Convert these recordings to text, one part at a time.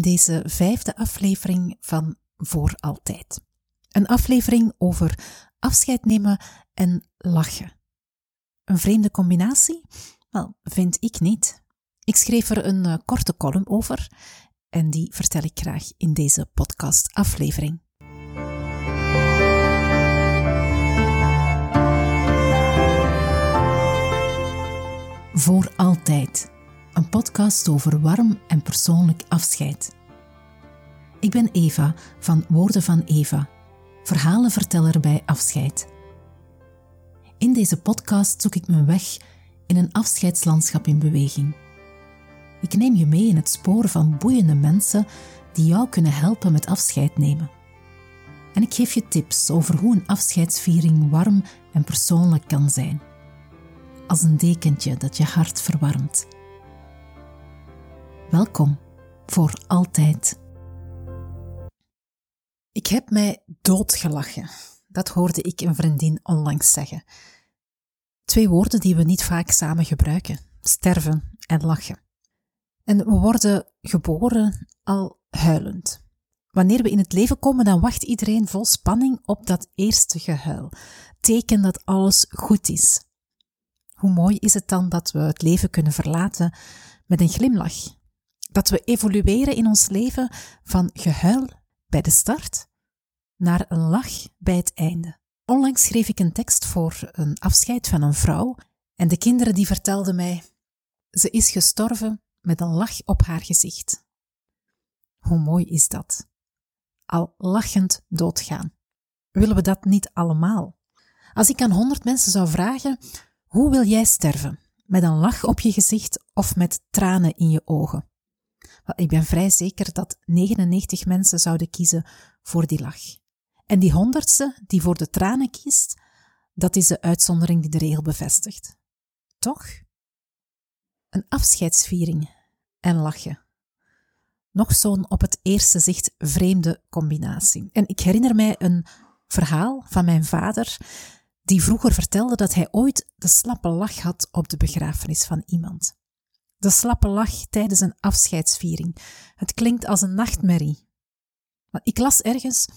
deze 5e aflevering van Voor Altijd. Een aflevering over afscheid nemen en lachen. Een vreemde combinatie? Wel, vind ik niet. Ik schreef er een korte column over en die vertel ik graag in deze podcastaflevering. Voor Altijd. Een podcast over warm en persoonlijk afscheid. Ik ben Eva van Woorden van Eva, verhalenverteller bij afscheid. In deze podcast zoek ik mijn weg in een afscheidslandschap in beweging. Ik neem je mee in het spoor van boeiende mensen die jou kunnen helpen met afscheid nemen. En ik geef je tips over hoe een afscheidsviering warm en persoonlijk kan zijn. Als een dekentje dat je hart verwarmt. Welkom voor altijd. Ik heb mij doodgelachen. Dat hoorde ik een vriendin onlangs zeggen. 2 woorden die we niet vaak samen gebruiken. Sterven en lachen. En we worden geboren al huilend. Wanneer we in het leven komen, dan wacht iedereen vol spanning op dat eerste gehuil. Teken dat alles goed is. Hoe mooi is het dan dat we het leven kunnen verlaten met een glimlach? Dat we evolueren in ons leven van gehuil bij de start naar een lach bij het einde. Onlangs schreef ik een tekst voor een afscheid van een vrouw en de kinderen die vertelden mij, ze is gestorven met een lach op haar gezicht. Hoe mooi is dat? Al lachend doodgaan. Willen we dat niet allemaal? Als ik aan 100 mensen zou vragen, hoe wil jij sterven? Met een lach op je gezicht of met tranen in je ogen? Wel, ik ben vrij zeker dat 99 mensen zouden kiezen voor die lach. En die 100ste die voor de tranen kiest, dat is de uitzondering die de regel bevestigt. Toch? Een afscheidsviering en lachen. Nog zo'n op het eerste zicht vreemde combinatie. En ik herinner mij een verhaal van mijn vader, die vroeger vertelde dat hij ooit de slappe lach had op de begrafenis van iemand. De slappe lach tijdens een afscheidsviering. Het klinkt als een nachtmerrie. Maar ik las ergens,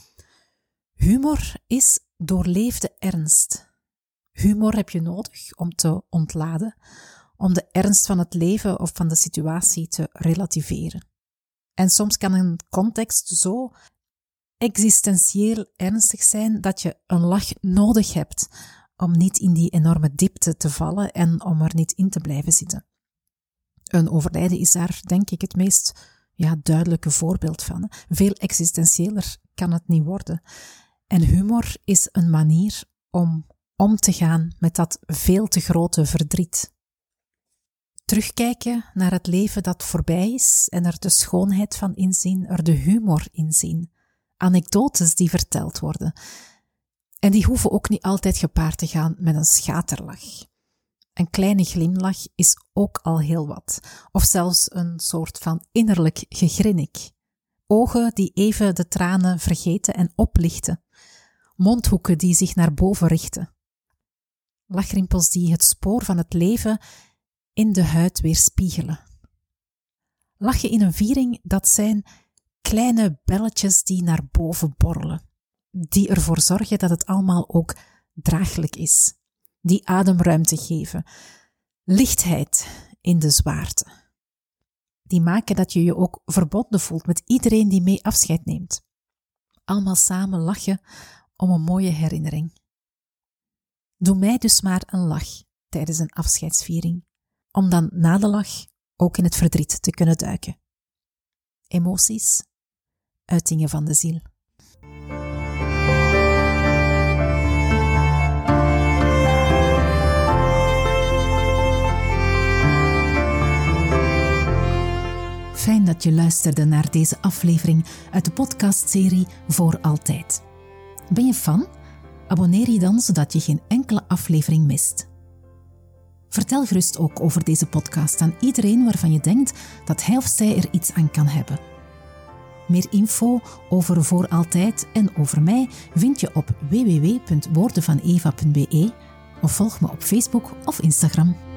humor is doorleefde ernst. Humor heb je nodig om te ontladen, om de ernst van het leven of van de situatie te relativeren. En soms kan een context zo existentieel ernstig zijn dat je een lach nodig hebt om niet in die enorme diepte te vallen en om er niet in te blijven zitten. Een overlijden is daar, denk ik, het meest duidelijke voorbeeld van. Veel existentiëler kan het niet worden. En humor is een manier om te gaan met dat veel te grote verdriet. Terugkijken naar het leven dat voorbij is en er de schoonheid van inzien, er de humor in zien. Anekdotes die verteld worden. En die hoeven ook niet altijd gepaard te gaan met een schaterlach. Een kleine glimlach is ook al heel wat. Of zelfs een soort van innerlijk gegrinnik. Ogen die even de tranen vergeten en oplichten. Mondhoeken die zich naar boven richten. Lachrimpels die het spoor van het leven in de huid weerspiegelen. Lachen in een viering, dat zijn kleine belletjes die naar boven borrelen. Die ervoor zorgen dat het allemaal ook draaglijk is. Die ademruimte geven. Lichtheid in de zwaarte. Die maken dat je je ook verbonden voelt met iedereen die mee afscheid neemt. Allemaal samen lachen om een mooie herinnering. Doe mij dus maar een lach tijdens een afscheidsviering, om dan na de lach ook in het verdriet te kunnen duiken. Emoties, uitingen van de ziel. Fijn dat je luisterde naar deze aflevering uit de podcastserie Voor Altijd. Ben je fan? Abonneer je dan, zodat je geen enkele aflevering mist. Vertel gerust ook over deze podcast aan iedereen waarvan je denkt dat hij of zij er iets aan kan hebben. Meer info over Voor Altijd en over mij vind je op www.woordenvaneva.be of volg me op Facebook of Instagram.